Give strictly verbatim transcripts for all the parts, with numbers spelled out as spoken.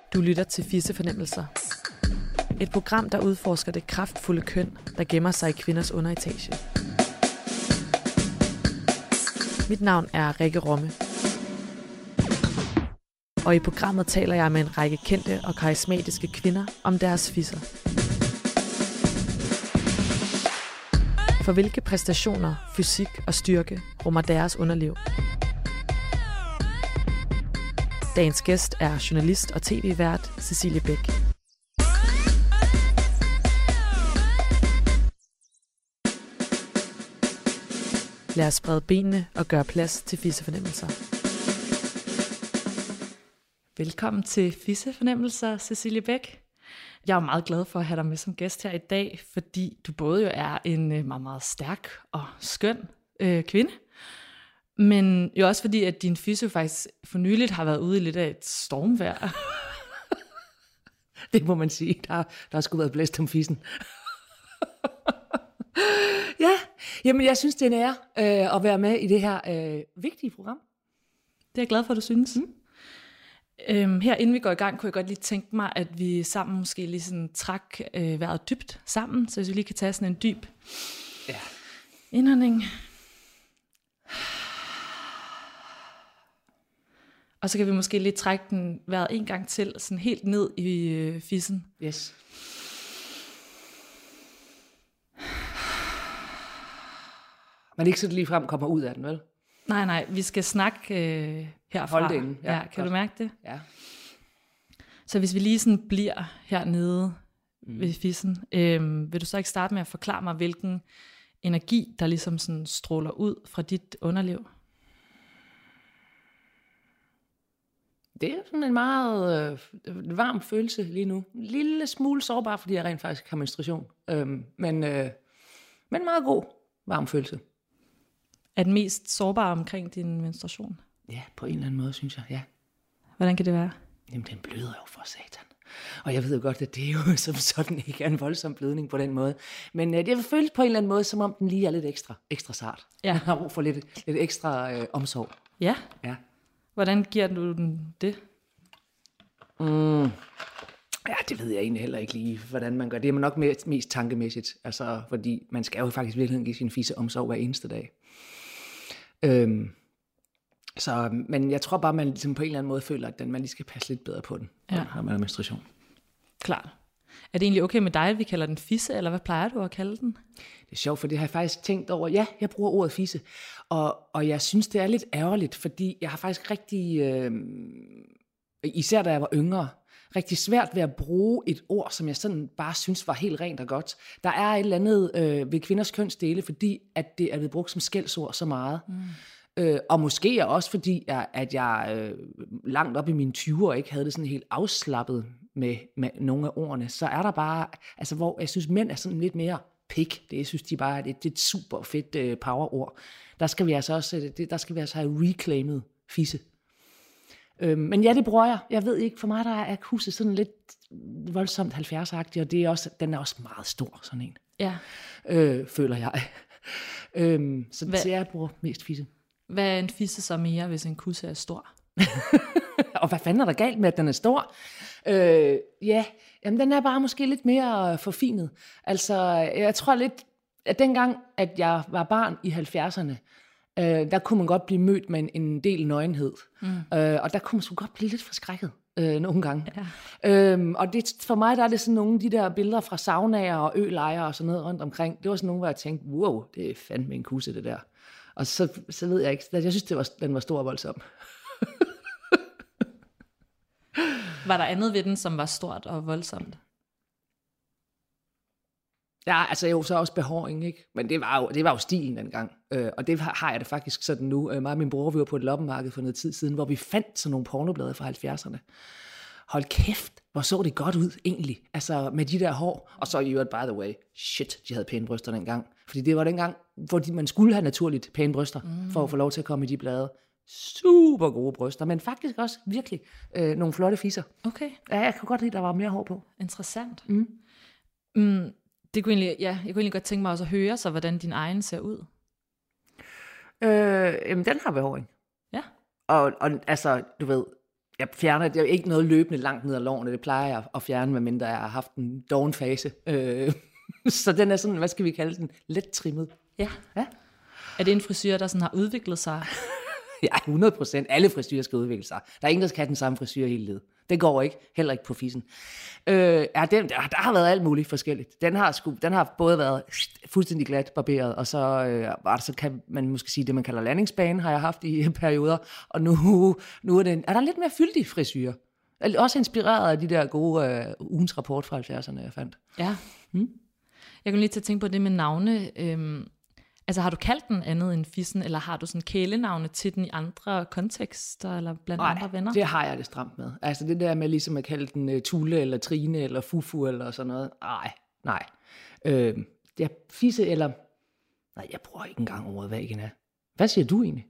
Du lytter til Fissefornemmelser. Et program, der udforsker det kraftfulde køn, der gemmer sig i kvinders underetage. Mit navn er Rikke Romme. Og i programmet taler jeg med en række kendte og karismatiske kvinder om deres fisser. For hvilke præstationer, fysik og styrke rummer deres underliv? Dagens gæst er journalist og tv-vært Cecilie Bæk. Lad os sprede benene og gøre plads til fissefornemmelser. Velkommen til Fissefornemmelser, Cecilie Bæk. Jeg er meget glad for at have dig med som gæst her i dag, fordi du både jo er en meget, meget stærk og skøn øh, kvinde, men jo også fordi, at din fys jo faktisk for nyligt har været ude i lidt af et stormvejr. Det må man sige. Der, der har sgu været blæst om fissen. Ja, jamen jeg synes, det er en ære øh, at være med i det her øh, vigtige program. Det er jeg glad for, at du synes. Mm. Øhm, her inden vi går i gang, kunne jeg godt lige tænke mig, at vi sammen måske lige sådan træk øh, vejret dybt sammen, så hvis vi lige kan tage sådan en dyb ja. indånding. Og så kan vi måske lige trække den vejret en gang til, sådan helt ned i øh, fissen. Yes. Men ikke så det lige frem kommer ud af den, vel? Nej, nej, vi skal snakke øh, herfra. Hold det inde. Ja, ja, kan godt. Du mærke det? Ja. Så hvis vi lige sådan bliver hernede mm. ved fissen, øh, vil du så ikke starte med at forklare mig, hvilken energi, der ligesom sådan stråler ud fra dit underliv? Det er sådan en meget øh, varm følelse lige nu. En lille smule sårbar, fordi jeg rent faktisk har menstruation. Øhm, men, øh, men meget god, varm følelse. Er den mest sårbar omkring din menstruation? Ja, på en eller anden måde, synes jeg, ja. Hvordan kan det være? Jamen, den bløder jo for satan. Og jeg ved jo godt, at det jo som sådan ikke er en voldsom blødning på den måde. Men øh, det føles på en eller anden måde, som om den lige er lidt ekstra, ekstra sart. Ja. Man har brug for lidt, lidt ekstra øh, omsorg. Ja? Ja. Hvordan giver du den det? Mm. Ja, det ved jeg egentlig heller ikke lige, hvordan man gør. Det er nok mest, mest tankemæssigt, altså, fordi man skal jo faktisk virkelig give sin fisse omsorg hver eneste dag. Øhm, så, men jeg tror bare, man ligesom på en eller anden måde føler, at den, man lige skal passe lidt bedre på den, ja. Når man har menstruation. Klart. Er det egentlig okay med dig, at vi kalder den fisse, eller hvad plejer du at kalde den? Det er sjovt, for det har jeg faktisk tænkt over. Ja, jeg bruger ordet fisse, og, og jeg synes, det er lidt ærgerligt, fordi jeg har faktisk rigtig, øh, især da jeg var yngre, rigtig svært ved at bruge et ord, som jeg sådan bare synes var helt rent og godt. Der er et eller andet øh, ved kvinders kønsdele, fordi at det er blevet brugt som skældsord så meget. Mm. Øh, og måske også fordi, jeg, at jeg øh, langt op i mine tyvere ikke havde det sådan helt afslappet med, med nogle af ordene. Så er der bare, altså hvor jeg synes, mænd er sådan lidt mere pik. Det jeg synes de bare, det, det er et super fedt øh, powerord. Der skal vi altså også, det, der skal vi altså have reclaimet fisse. Øhm, men ja, det bruger jeg. Jeg ved ikke, for mig der er huset sådan lidt voldsomt halvfjerds-agtigt, og det er også, den er også meget stor, sådan en. Ja. Øh, føler jeg. øhm, så, hvad, så jeg bruger mest fisse. Hvad er en fisse så mere, hvis en kusse er stor? Og hvad fanden er der galt med, at den er stor? Øh, ja, jamen den er bare måske lidt mere forfinet. Altså, jeg tror lidt, at dengang, at jeg var barn i halvfjerdserne, øh, der kunne man godt blive mødt med en, en del nøgenhed. Mm. Øh, og der kunne man så godt blive lidt forskrækket øh, nogle gange. Ja. Øhm, og det, for mig der er det sådan nogle af de der billeder fra saunaer og ølejre og sådan noget rundt omkring. Det var sådan nogle, hvor jeg tænkte, wow, det er fandme en kusse, det der. Og så, så ved jeg ikke, jeg synes, det var, den var stor og voldsom. Var der andet ved den, som var stort og voldsomt? Ja, altså jo, så også behåring, ikke? Men det var jo, det var jo stilen dengang. Øh, og det har jeg det faktisk sådan nu. Øh, mig og min bror, vi var på et loppemarked for noget tid siden, hvor vi fandt sådan nogle pornoblade fra halvfjerdserne. Hold kæft, hvor så det godt ud egentlig. Altså med de der hår. Og så i øvrigt, by the way, shit, de havde pæne bryster dengang. Fordi det var dengang, hvor de, man skulle have naturligt pæne bryster, mm. for at få lov til at komme i de blade. Super gode bryster, men faktisk også virkelig øh, nogle flotte fisser. Okay. Ja, jeg kunne godt lide, at der var mere hår på. Interessant. Mm. Mm, det kunne egentlig, ja, jeg kunne egentlig godt tænke mig også at høre så, hvordan din egen ser ud. Øh, jamen, den har behåring. Ja. Og, og altså, du ved, jeg fjerner det er ikke noget løbende langt ned ad lårene, det plejer jeg at fjerne, medmindre jeg har haft en doven fase. Øh, så den er sådan, hvad skal vi kalde den, let trimmet. Ja. Ja. Er det en frisyr, der sådan har udviklet sig? Ja, hundrede procent. Alle frisyrer skal udvikle sig. Der er ingen, der skal have den samme frisyr hele livet. Det går ikke. Heller ikke på fissen. Øh, ja, den, der, der har været alt muligt forskelligt. Den har, sku, den har både været fuldstændig glat barberet, og så, øh, så kan man måske sige det, man kalder landingsbane, har jeg haft i perioder. Og nu, nu er, det, er der lidt mere fyldig frisyr. Også inspireret af de der gode øh, ugens rapport fra halvfjerdserne, jeg fandt. Ja. Hmm? Jeg kan lige til at tænke på det med navne. Øhm, altså har du kaldt den andet end fissen, eller har du sådan kælenavne til den i andre kontekster, eller blandt Nej, andre venner? det har jeg det stramt med. Altså det der med ligesom at kalde den uh, Tulle, eller Trine, eller Fufu, eller sådan noget. Nej, nej. Øh, det er fisse, eller... Nej, jeg bruger ikke engang ordet vagina. Hvad siger du egentlig?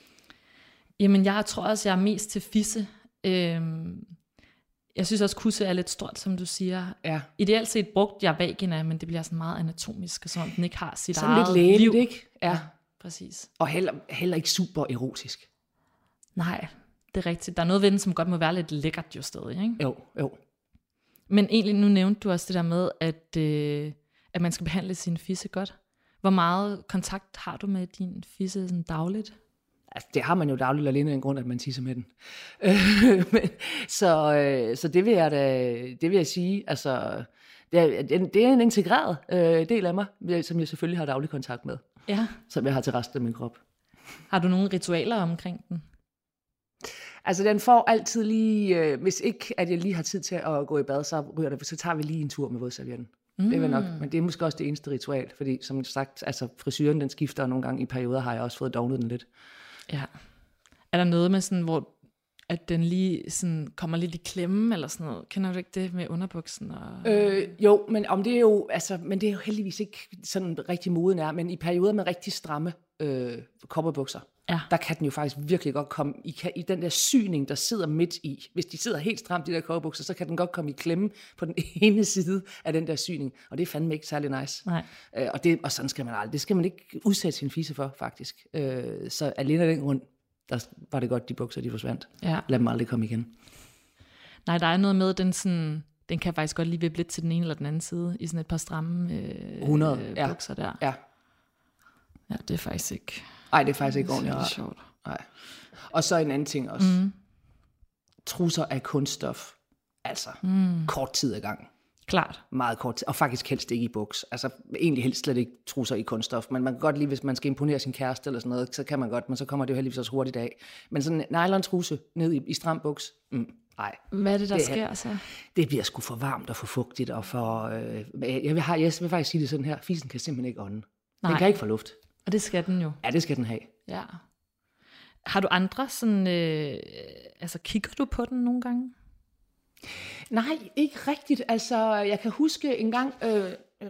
Jamen, jeg tror også, jeg er mest til fisse. Øhm, jeg synes også, kusse er lidt stort, som du siger. Ja. Ideelt set brugt jeg vagina, men det bliver sådan meget anatomisk, som om den ikke har sit sådan eget lidt lægeligt, liv. ikke? Ja. Ja, præcis. Og heller, heller ikke super erotisk. Nej, det er rigtigt. Der er noget ved den, som godt må være lidt lækkert jo stadig, ikke? Jo, jo. Men egentlig, nu nævnte du også det der med, at, øh, at man skal behandle sin fisse godt. Hvor meget kontakt har du med din fisse sådan dagligt? Altså, det har man jo dagligt alene af en grund, at man tisser med den. Øh, men, så, øh, så det vil jeg da, det vil jeg sige, altså, det er, det er en integreret øh, del af mig, som jeg selvfølgelig har daglig kontakt med. Ja. Som jeg har til resten af min krop. Har du nogle ritualer omkring den? Altså, den får altid lige, øh, hvis ikke at jeg lige har tid til at gå i bad, så ryger det, så tager vi lige en tur med vådservietten. Mm. Det er nok, men det er måske også det eneste ritual, fordi som sagt, altså frisyren den skifter, og nogle gange i perioder har jeg også fået dognet den lidt. Ja. Er der noget med sådan, hvor at den lige sådan kommer lidt i klemme, eller sådan noget? Kender du ikke det med underbuksen? Og... Øh, jo, men om det er jo, altså, men det er jo heldigvis ikke sådan rigtig moden er, men i perioder med rigtig stramme øh, kopperbukser, ja. Der kan den jo faktisk virkelig godt komme i, i den der syning, der sidder midt i. Hvis de sidder helt stramt, de der kopperbukser, så kan den godt komme i klemme på den ene side af den der syning, og det er fandme ikke særlig nice. Nej. Øh, og, det, og sådan skal man aldrig. Det skal man ikke udsætte sin fisse for, faktisk. Øh, så alene af den grund, der var det godt, de bukser, de forsvandt. Ja. Lad dem aldrig komme igen. Nej, der er noget med, den sådan, den kan faktisk godt lige vippe lidt til den ene eller den anden side, i sådan et par stramme øh, hundrede øh, bukser ja. der. Ja. Ja, det er faktisk ikke... Nej, det er faktisk ikke ordentligt. Det er sjovt. Nej. Og så en anden ting også. Mm. Trusser af kunststof. Altså, mm. kort tid ad gang. Klart. Meget kort tid. Og faktisk helst ikke i buks. Altså, egentlig helst slet ikke trusser i kunststof. Men man kan godt lide, hvis man skal imponere sin kæreste eller sådan noget, så kan man godt, men så kommer det jo heldigvis også hurtigt af. Men sådan en nylon-trusse ned i, i stram buks, mm, nej. Hvad er det, der det, sker så? Det bliver sgu for varmt og for fugtigt, og for... Øh, jeg, vil, jeg vil faktisk sige det sådan her, fisen kan simpelthen ikke ånde. Nej. Den kan ikke få luft. Og det skal den jo. Ja, det skal den have. Ja. Har du andre sådan... Øh, altså, kigger du på den nogle gange? Nej, ikke rigtigt. Altså, jeg kan huske en gang... Øh,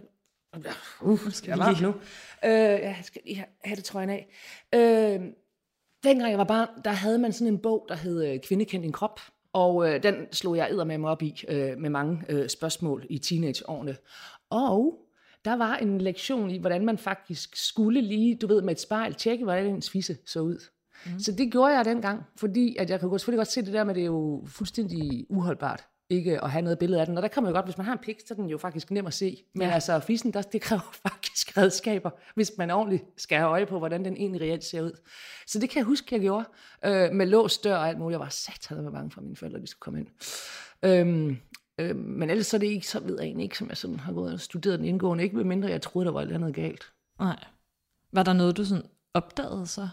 uh, skal jeg varmt nu? Øh, jeg skal lige have det trøjen af. Øh, dengang jeg var barn, der havde man sådan en bog, der hed Kvinde kendt din krop. Og øh, den slog jeg eddermame op i øh, med mange øh, spørgsmål i teenageårene. Og der var en lektion i, hvordan man faktisk skulle lige, du ved, med et spejl, tjekke, hvordan ens fisse så ud. Mm. Så det gjorde jeg dengang, fordi at jeg kan selvfølgelig godt se det der med, det er jo fuldstændig uholdbart, ikke at have noget billede af den. Og der kan man jo godt, hvis man har en pik, så er den jo faktisk nem at se. Men ja. Altså fissen, der, det kræver faktisk redskaber, hvis man ordentligt skal have øje på, hvordan den egentlig reelt ser ud. Så det kan jeg huske, jeg gjorde, øh, med låst dør og alt muligt. Jeg var satan med bange for, at mine forældre de skulle komme ind. Øhm, øh, men ellers så er det ikke, så ved jeg egentlig ikke, som jeg sådan har gået og studeret den indgående. Ikke mindre, jeg troede, der var et eller andet galt. Nej. Var der noget, du sådan opdagede så?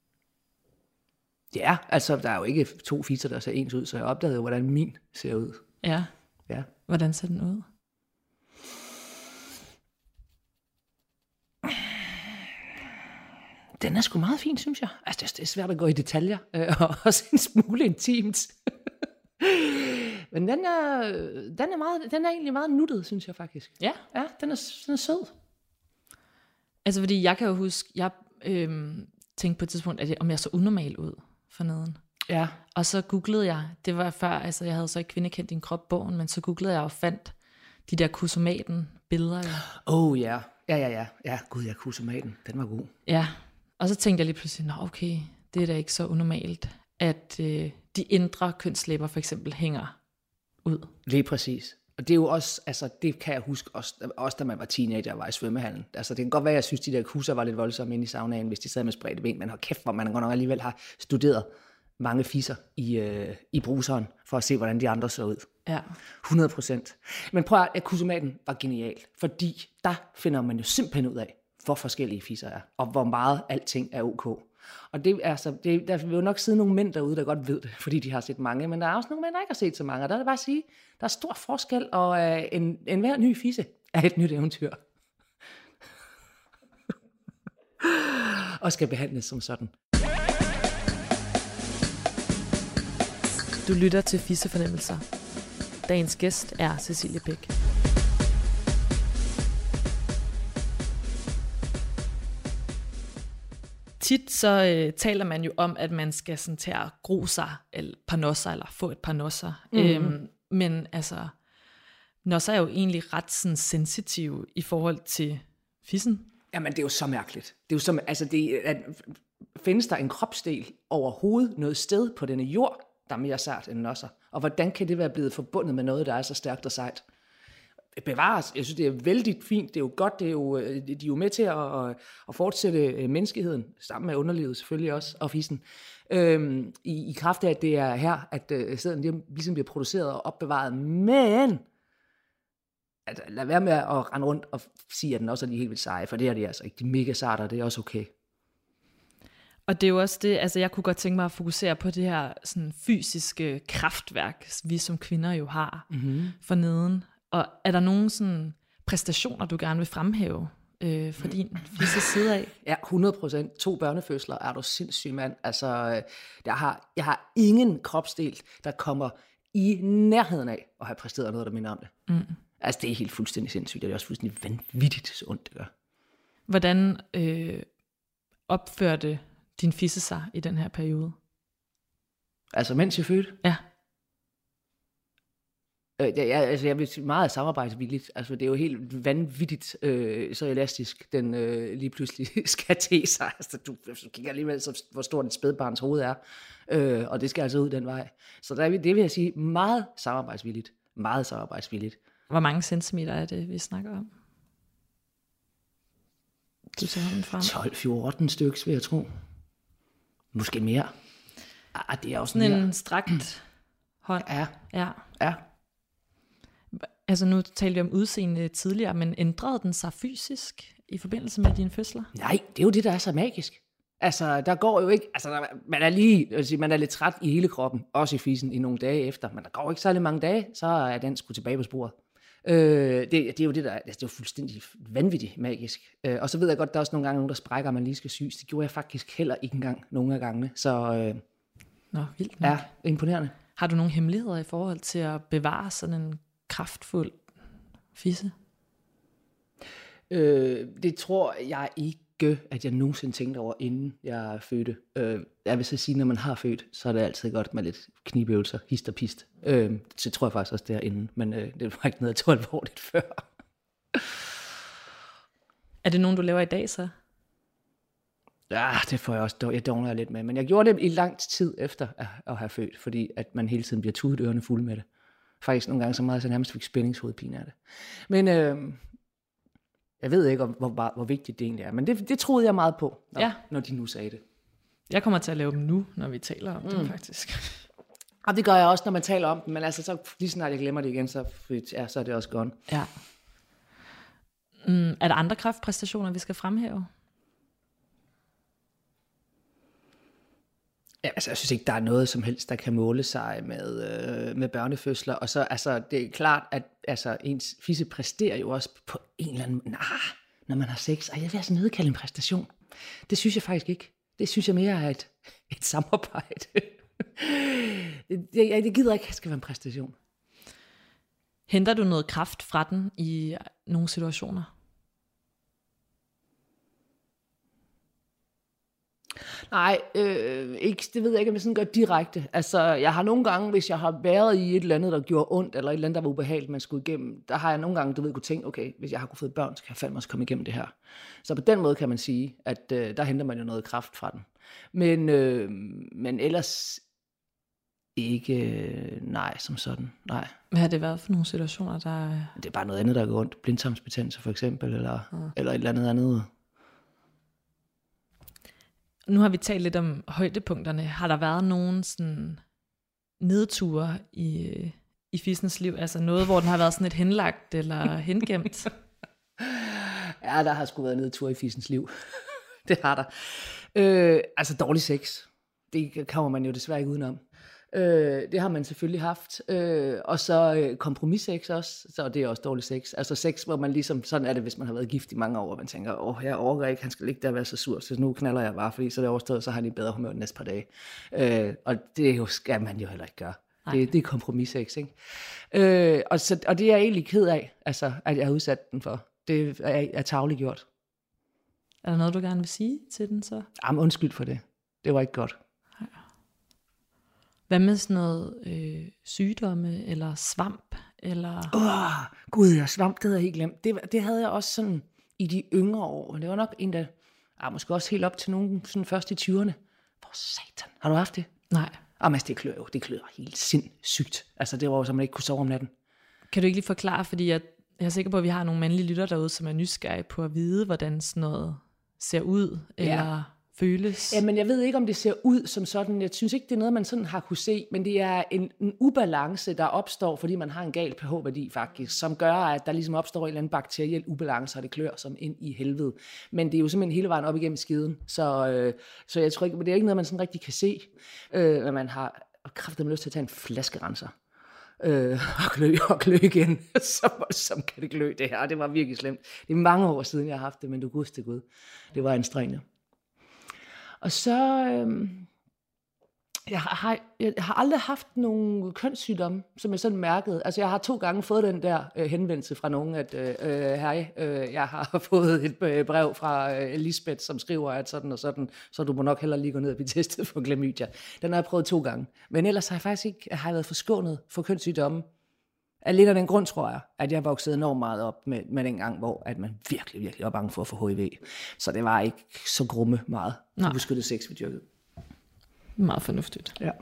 Ja, altså der er jo ikke to fisser, der ser ens ud, så jeg opdagede jo, hvordan min ser ud. Ja. Ja. Hvordan ser den ud? Den er sgu meget fin, synes jeg. Altså det er svært at gå i detaljer, øh, og også en smule intimt. Men den er, den, er meget, den er egentlig meget nuttet, synes jeg faktisk. Ja. Ja, den er, den er sød. Altså fordi jeg kan jo huske, jeg øhm, tænkte på et tidspunkt, at jeg, om jeg så unormal ud forneden. Ja. Og så googlede jeg, det var før, altså jeg havde så ikke Kvinde kendt din krop bogen, men så googlede jeg og fandt de der kusomaten billeder. Ja. Oh ja, ja, ja, ja. Ja, gud, jeg kusomaten, den var god. Ja, og så tænkte jeg lige pludselig, nå okay, det er da ikke så unormalt, at øh, de indre kønslæber for eksempel hænger ud. Lige præcis. Og det er jo også, altså det kan jeg huske, også, også da man var teenager og var i svømmehallen. Altså det kan godt være, at jeg synes, de der kusser var lidt voldsomme inde i saunaen, hvis de sad med spredte ben, men hold kæft, hvor man godt nok alligevel har studeret mange fisser i, øh, i bruseren, for at se, hvordan de andre så ud. Ja. hundrede procent. Men prøv at kussomaten var genial, fordi der finder man jo simpelthen ud af, hvor forskellige fisser er, og hvor meget alting er ok. Og det, altså, det, der vil jo nok sidde nogle mænd derude, der godt ved det, fordi de har set mange, men der er også nogle mænd, der ikke har set så mange, og der er det bare at sige, der er stor forskel, og uh, en, en hver ny fisse er et nyt eventyr. Og skal behandles som sådan. Du lytter til Fissefornemmelser. Dagens gæst er Cecilie Bæk. Tit så øh, taler man jo om, at man skal sådan til at gro sig, eller par nosser, eller få et par nosser. Mm. Øhm, men altså, nosser er jo egentlig ret sådan sensitive i forhold til fissen. Jamen, det er jo så mærkeligt. Det er jo så, altså, det, at, findes der en kropsdel overhovedet noget sted på denne jord, der er mere sært end nosser? Og hvordan kan det være blevet forbundet med noget, der er så stærkt og sejt? Bevares. Jeg synes, det er vældig fint. Det er jo godt. Det er jo, de er jo med til at, at fortsætte menneskeheden, sammen med underlivet selvfølgelig også, og fissen. Øhm, i, I kraft af, at det er her, at uh, sæden ligesom bliver produceret og opbevaret. Men at lad være med at rende rundt og sige, at den også er de helt vildt seje, for det er de altså ikke. De er mega sarte, og det er også okay. Og det er jo også det, altså jeg kunne godt tænke mig at fokusere på det her sådan fysiske kraftværk, vi som kvinder jo har mm-hmm. for neden. Og er der nogle sådan præstationer, du gerne vil fremhæve øh, fra din fisse side af? Ja, hundrede procent. To børnefødsler er du sindssyg, mand. Altså, jeg har, jeg har ingen kropsdel, der kommer i nærheden af at have præsteret noget, der minder om det. Mm. Altså, det er helt fuldstændig sindssygt. Det er også fuldstændig vanvittigt, så ondt det gør. Hvordan øh, opførte din fisse sig i den her periode? Altså, mens jeg fødte? Ja. Øh, ja, altså jeg vil sige meget samarbejdsvilligt. Altså det er jo helt vanvittigt øh, så elastisk, den øh, lige pludselig skal te sig. Altså du, du kigger alligevel, så, hvor stort et spædbarns hoved er. Øh, og det skal altså ud den vej. Så der, det vil jeg sige meget samarbejdsvilligt. Meget samarbejdsvilligt. Hvor mange centimeter er det, vi snakker om? Du tager den frem. tolv fjorten stykker, vil jeg tro. Måske mere. Ah, det er også sådan mere. En strakt hånd. Ja. Ja. Ja. Altså nu talte vi om udseende tidligere, men ændrede den sig fysisk i forbindelse med dine fødsler? Nej, det er jo det, der er så magisk. Altså, der går jo ikke, altså, der, man er lige, altså, man er lidt træt i hele kroppen, også i fissen i nogle dage efter, men der går ikke særlig mange dage, så er den sgu tilbage på sporet. Øh, det, det er jo det, der, altså, det er jo fuldstændig vanvittigt magisk. Øh, og så ved jeg godt, der er også nogle gange nogen, der sprækker, man lige skal syes. Det gjorde jeg faktisk heller ikke engang nogle af gangene, så øh, Nå, vildt nok. Ja, imponerende. Har du nogle hemmeligheder i forhold til at bevare sådan en kraftfuld fisse? Øh, det tror jeg ikke, at jeg nogensinde tænkte over, inden jeg fødte. Øh, jeg vil så sige, når man har født, så er det altid godt med lidt knibøvelser, hist og pist. Øh, så tror jeg faktisk også derinde, men øh, det var ikke noget, jeg tog alvorligt før. Er det nogen, du laver i dag så? Ja, det får jeg også, jeg dogner lidt med. Men jeg gjorde det i lang tid efter at have født, fordi at man hele tiden bliver tudet ørerne fulde med det. Faktisk nogle gange så meget, så jeg nærmest fik spændingshovedpine af det. Men øh, jeg ved ikke, hvor, hvor, hvor vigtigt det egentlig er. Men det, det troede jeg meget på, når, ja. når de nu sagde det. Jeg kommer til at lave dem nu, når vi taler om mm. dem faktisk. Og det gør jeg også, når man taler om dem. Men altså, så lige snart jeg glemmer det igen, så, ja, så er det også gone. Ja. Mm, er der andre kræftpræstationer, vi skal fremhæve? Ja, altså, jeg synes ikke, der er noget som helst, der kan måle sig med, øh, med børnefødsler. Og så, altså, det er klart, at altså, ens fisse præsterer jo også på en eller anden... Nah, når man har sex. Ej, jeg vil altså nedkalde en præstation. Det synes jeg faktisk ikke. Det synes jeg mere er et, et samarbejde. det, det, det gider ikke, at det skal være en præstation. Henter du noget kraft fra den i nogle situationer? Nej, øh, ikke, det ved jeg ikke, om jeg sådan gør direkte. Altså, jeg har nogle gange, hvis jeg har været i et eller andet, der gjorde ondt, eller et eller andet, der var ubehageligt, man skulle igennem, der har jeg nogle gange, du ved, kunne tænke, okay, hvis jeg har kunnet få børn, så kan jeg fandme også komme igennem det her. Så på den måde kan man sige, at øh, der henter man jo noget kraft fra den. Men, øh, men ellers Ikke, nej, som sådan, nej. Hvad har det været for nogle situationer, der... Det er bare noget andet, der går ondt. Blindtarmsbetændelse for eksempel, eller, ja. eller et eller andet andet. Nu har vi talt lidt om højdepunkterne. Har der været nogen sådan nedture i, i Fissens liv? Altså noget, hvor den har været sådan et henlagt eller hengemt? Ja, der har sgu været nedture i Fissens liv. Det har der. Øh, altså dårlig sex. Det kommer man jo desværre ikke udenom. Øh, det har man selvfølgelig haft. Øh, og så øh, kompromissex også, så det er også dårlig sex. Altså sex, hvor man ligesom, sådan er det, hvis man har været gift i mange år, og man tænker, åh, jeg overgår ikke, han skal ikke der være så sur, så nu knaller jeg bare, fordi så er det overstået, så har han i bedre humør de næste par dage. Øh, og det jo, skal man jo heller ikke gøre. Det, det er kompromissex, ikke? Øh, og, så, og det er jeg egentlig ked af, altså, at jeg har udsat den for. Det er, er tarveligt gjort. Er der noget, du gerne vil sige til den så? Jamen, undskyld for det. Det var ikke godt. Ja. Hvad med sådan noget øh, sygdomme eller svamp? Eller... Åh, oh, gud, jeg svamp, det havde jeg helt glemt. Det, det havde jeg også sådan i de yngre år, men det var nok en, der ah, måske også helt op til nogen sådan først i tyverne. Hvor satan, har du haft det? Nej. Jamen, det klør jo, det klør helt sindssygt. Altså, det var jo, så man ikke kunne sove om natten. Kan du ikke lige forklare, fordi jeg, jeg er sikker på, at vi har nogle mandlige lytter derude, som er nysgerrige på at vide, hvordan sådan noget ser ud, eller... Ja. føles. Ja, men jeg ved ikke, om det ser ud som sådan. Jeg synes ikke, det er noget, man sådan har kunne se, men det er en, en ubalance, der opstår, fordi man har en gal pH-værdi faktisk, som gør, at der ligesom opstår en eller anden bakteriel ubalance, og det klør som ind i helvede. Men det er jo simpelthen hele vejen op igennem skiden, så, øh, så jeg tror ikke, det er ikke noget, man sådan rigtig kan se, øh, men man har kraftigt lyst til at tage en flaskerenser. Øh, og klø, og klø igen. Så voldsomt kan det klø, det her. Det var virkelig slemt. Det er mange år siden, jeg har haft det, men du gudste Gud. Det var anstrengende. Og så, øh, jeg, har, jeg har aldrig haft nogen kønssygdomme, som jeg sådan mærkede. Altså jeg har to gange fået den der øh, henvendelse fra nogen, at øh, hej, øh, jeg har fået et øh, brev fra øh, Lisbeth, som skriver, at sådan og sådan, så du må nok heller lige gå ned og blive testet for klamydia. Den har jeg prøvet to gange. Men ellers har jeg faktisk ikke har jeg været forskånet for kønssygdomme. Af lidt af den grund, tror jeg, at jeg voksede enormt meget op med, med den gang, hvor at man virkelig, virkelig var bange for at få H I V. Så det var ikke så grumme meget. Ubeskyttet sex, vi dyrkede. Meget fornuftigt. Ja.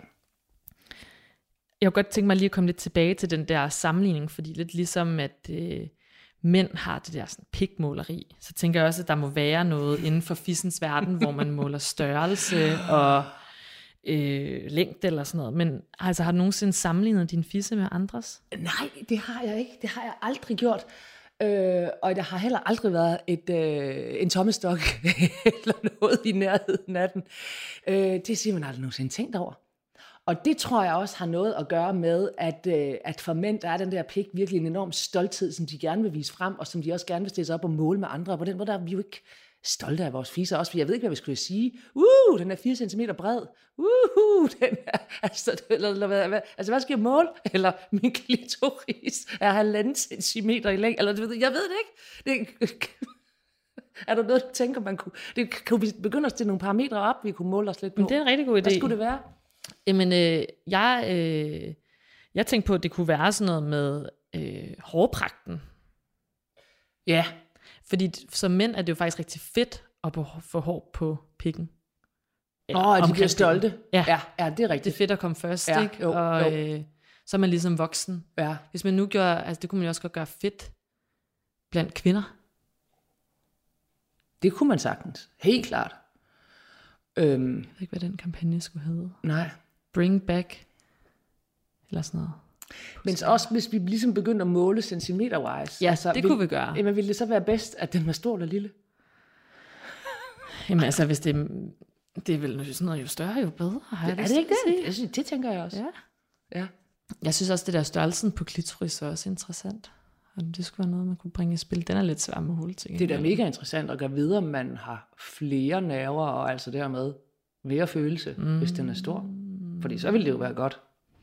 Jeg kunne godt tænke mig lige at komme lidt tilbage til den der sammenligning, fordi lidt ligesom at øh, mænd har det der sådan pikmåleri, så tænker jeg også, at der må være noget inden for fissens verden, hvor man måler størrelse og øh, længde eller sådan noget. Men altså, har du nogensinde sammenlignet din fisse med andres? Nej, det har jeg ikke. Det har jeg aldrig gjort. Øh, og der har heller aldrig været et, øh, en tommestok eller noget i nærheden af den. Øh, det er simpelthen aldrig nogensinde tænkt over. Og det tror jeg også har noget at gøre med, at, øh, at for mænd, der er den der pik virkelig en enorm stolthed, som de gerne vil vise frem, og som de også gerne vil stille sig op og måle med andre. Og på den måde der er vi jo ikke stolte af vores fisser også, for jeg ved ikke, hvad vi skulle sige. Uh, den er fire centimeter bred. Uh, den er, altså, eller, eller, hvad, altså, hvad skal jeg måle? Eller min klitoris er halvanden centimeter i længde. Eller, jeg ved det ikke. Det, er der noget, du tænker, man kunne... Det, kan vi begynde at stille nogle parametre op, vi kunne måle os lidt på? Men det er en rigtig god idé. Hvad skulle det være? Jamen, øh, jeg, øh, jeg tænkte på, at det kunne være sådan noget med øh, hårpragten. Ja. Fordi som mænd er det jo faktisk rigtig fedt at få hår på pikken. Åh, oh, de bliver stolte. Ja. ja, ja, det er rigtigt. Det er fedt at komme først, ja, ikke? Jo, og jo. Øh, så er man ligesom voksen. Ja. Hvis man nu gør, altså det kunne man jo også godt gøre fedt blandt kvinder. Det kunne man sagtens. Helt klart. Øhm, jeg ved ikke, hvad den kampagne skulle hedde. Nej. Bring back. Eller sådan noget. Men også hvis vi ligesom begyndte at måle centimeter-wise. Ja, altså, det vil, kunne vi gøre. Jamen ville det så være bedst, at den var stor eller lille? Jamen altså, hvis det, det er vel sådan noget, jo større, jo bedre. Har jeg er det ikke det? Jeg synes, det tænker jeg også. Ja. Ja. Jeg synes også, det der størrelsen på klitoris er også interessant. Og det skulle være noget, man kunne bringe i spil. Den er lidt svær med måle til. Det er da mega interessant at gøre videre, om man har flere nerver, og altså dermed mere følelse, mm. hvis den er stor. Fordi så ville det jo være godt.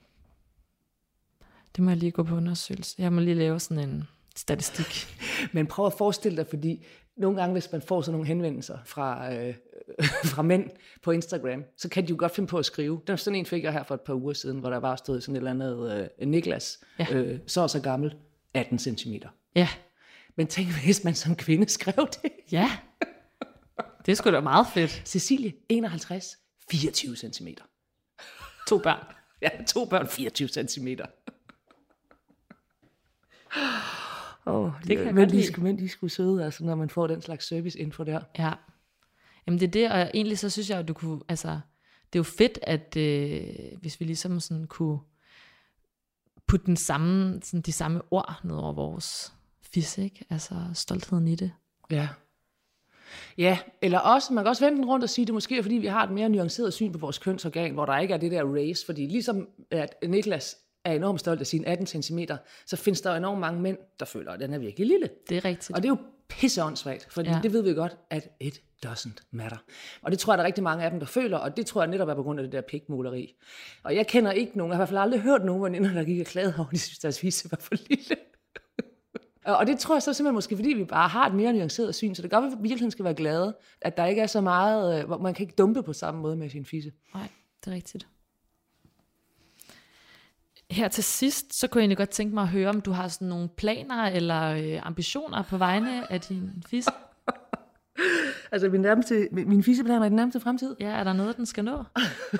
Det må jeg lige gå på undersøgelse. Jeg må lige lave sådan en statistik. Men prøv at forestille dig, fordi nogle gange, hvis man får sådan nogle henvendelser fra, øh, fra mænd på Instagram, så kan de jo godt finde på at skrive. Der er sådan en fik jeg her for et par uger siden, hvor der bare stod sådan et eller andet øh, Niklas, ja. øh, så og så gammel, atten centimeter. Ja. Men tænk, hvis man som kvinde skrev det. Ja. Det er sgu da meget fedt. Cecilie, enoghalvtreds, fireogtyve centimeter. To børn. Jeg har to børn, fireogtyve centimeter. Oh, det kan men, de skulle, men de skulle søde, altså, når man får den slags service-info der. Ja. Jamen det er det, og egentlig så synes jeg, at du kunne, altså, det er jo fedt, at øh, hvis vi ligesom sådan kunne putte den samme, sådan de samme ord ned over vores fisse, ikke? Altså stoltheden i det. Ja. Ja, eller også, man kan også vende den rundt og sige, det måske er, fordi vi har et mere nuanceret syn på vores kønsorgan, hvor der ikke er det der race, fordi ligesom at Niklas er enormt stolt af sine atten centimeter, så findes der enormt mange mænd, der føler, at den er virkelig lille. Det er rigtigt. Og det er jo pisseåndssvagt, for ja. Det ved vi godt, at it doesn't matter. Og det tror jeg, der er rigtig mange af dem, der føler, og det tror jeg netop er på grund af det der pikmåleri. Og jeg kender ikke nogen, jeg har i hvert fald aldrig hørt nogen veninder, der gik og klagede over, de synes, deres fisse var for lille. Og det tror jeg så simpelthen måske, fordi vi bare har et mere nuanceret syn, så det gør, at vi virkelig skal være glade, at der ikke er så meget, hvor man kan ikke dumpe på samme måde med sin fisse. Nej, det er rigtigt. Her til sidst, så kunne jeg egentlig godt tænke mig at høre, om du har sådan nogle planer eller øh, ambitioner på vegne af din fisse? Altså min, nærmeste, min fisseplaner i den nærmeste fremtid? Ja, er der noget, den skal nå?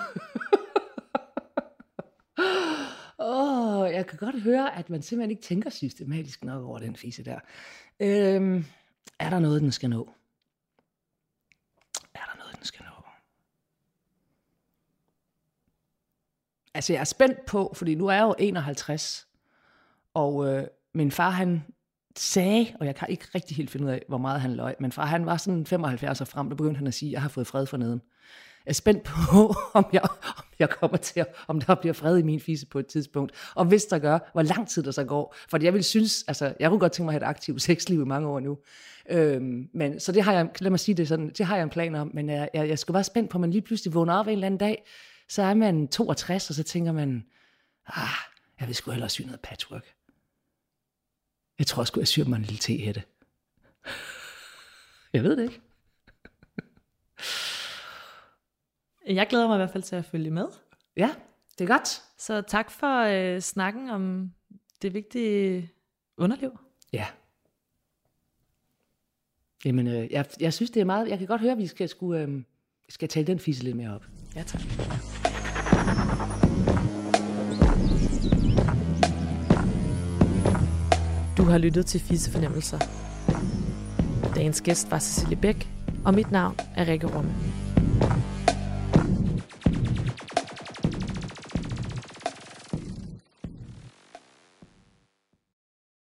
Åh, oh, jeg kan godt høre, at man simpelthen ikke tænker systematisk nok over den fisse der. Øhm, er der noget, den skal nå? Er der noget, den skal nå? Altså, jeg er spændt på, fordi nu er jeg jo enoghalvtreds, og øh, min far, han sagde, og jeg kan ikke rigtig helt finde ud af, hvor meget han løg, men far, han var sådan femoghalvfjerds og frem, der begyndte han at sige, at jeg har fået fred for neden. Jeg er spændt på, om jeg, om jeg kommer til, at, om der bliver fred i min fisse på et tidspunkt, og hvis der gør, hvor lang tid der så går. For jeg vil synes, altså, jeg kunne godt tænke mig at have et aktivt sexliv i mange år nu. Øhm, men, så det har jeg, lad mig sige det sådan, det har jeg en plan om, men jeg, jeg, jeg skulle være spændt på, at man lige pludselig vågner op en eller anden dag, så er man toogtres, og så tænker man, ah, jeg vil sgu hellere sy noget patchwork. Jeg tror sgu, jeg syr mig en lille tehætte. Jeg ved det ikke. Jeg glæder mig i hvert fald til at følge med. Ja, det er godt. Så tak for øh, snakken om det vigtige underliv. Ja. Jamen, øh, jeg, jeg synes, det er meget... Jeg kan godt høre, at vi skal, skulle, øh, skal tale den fisse lidt mere op. Ja, tak. Du har lyttet til Fissefornemmelser. Dagens gæst var Cecilie Bæk, og mit navn er Rikke Rumme.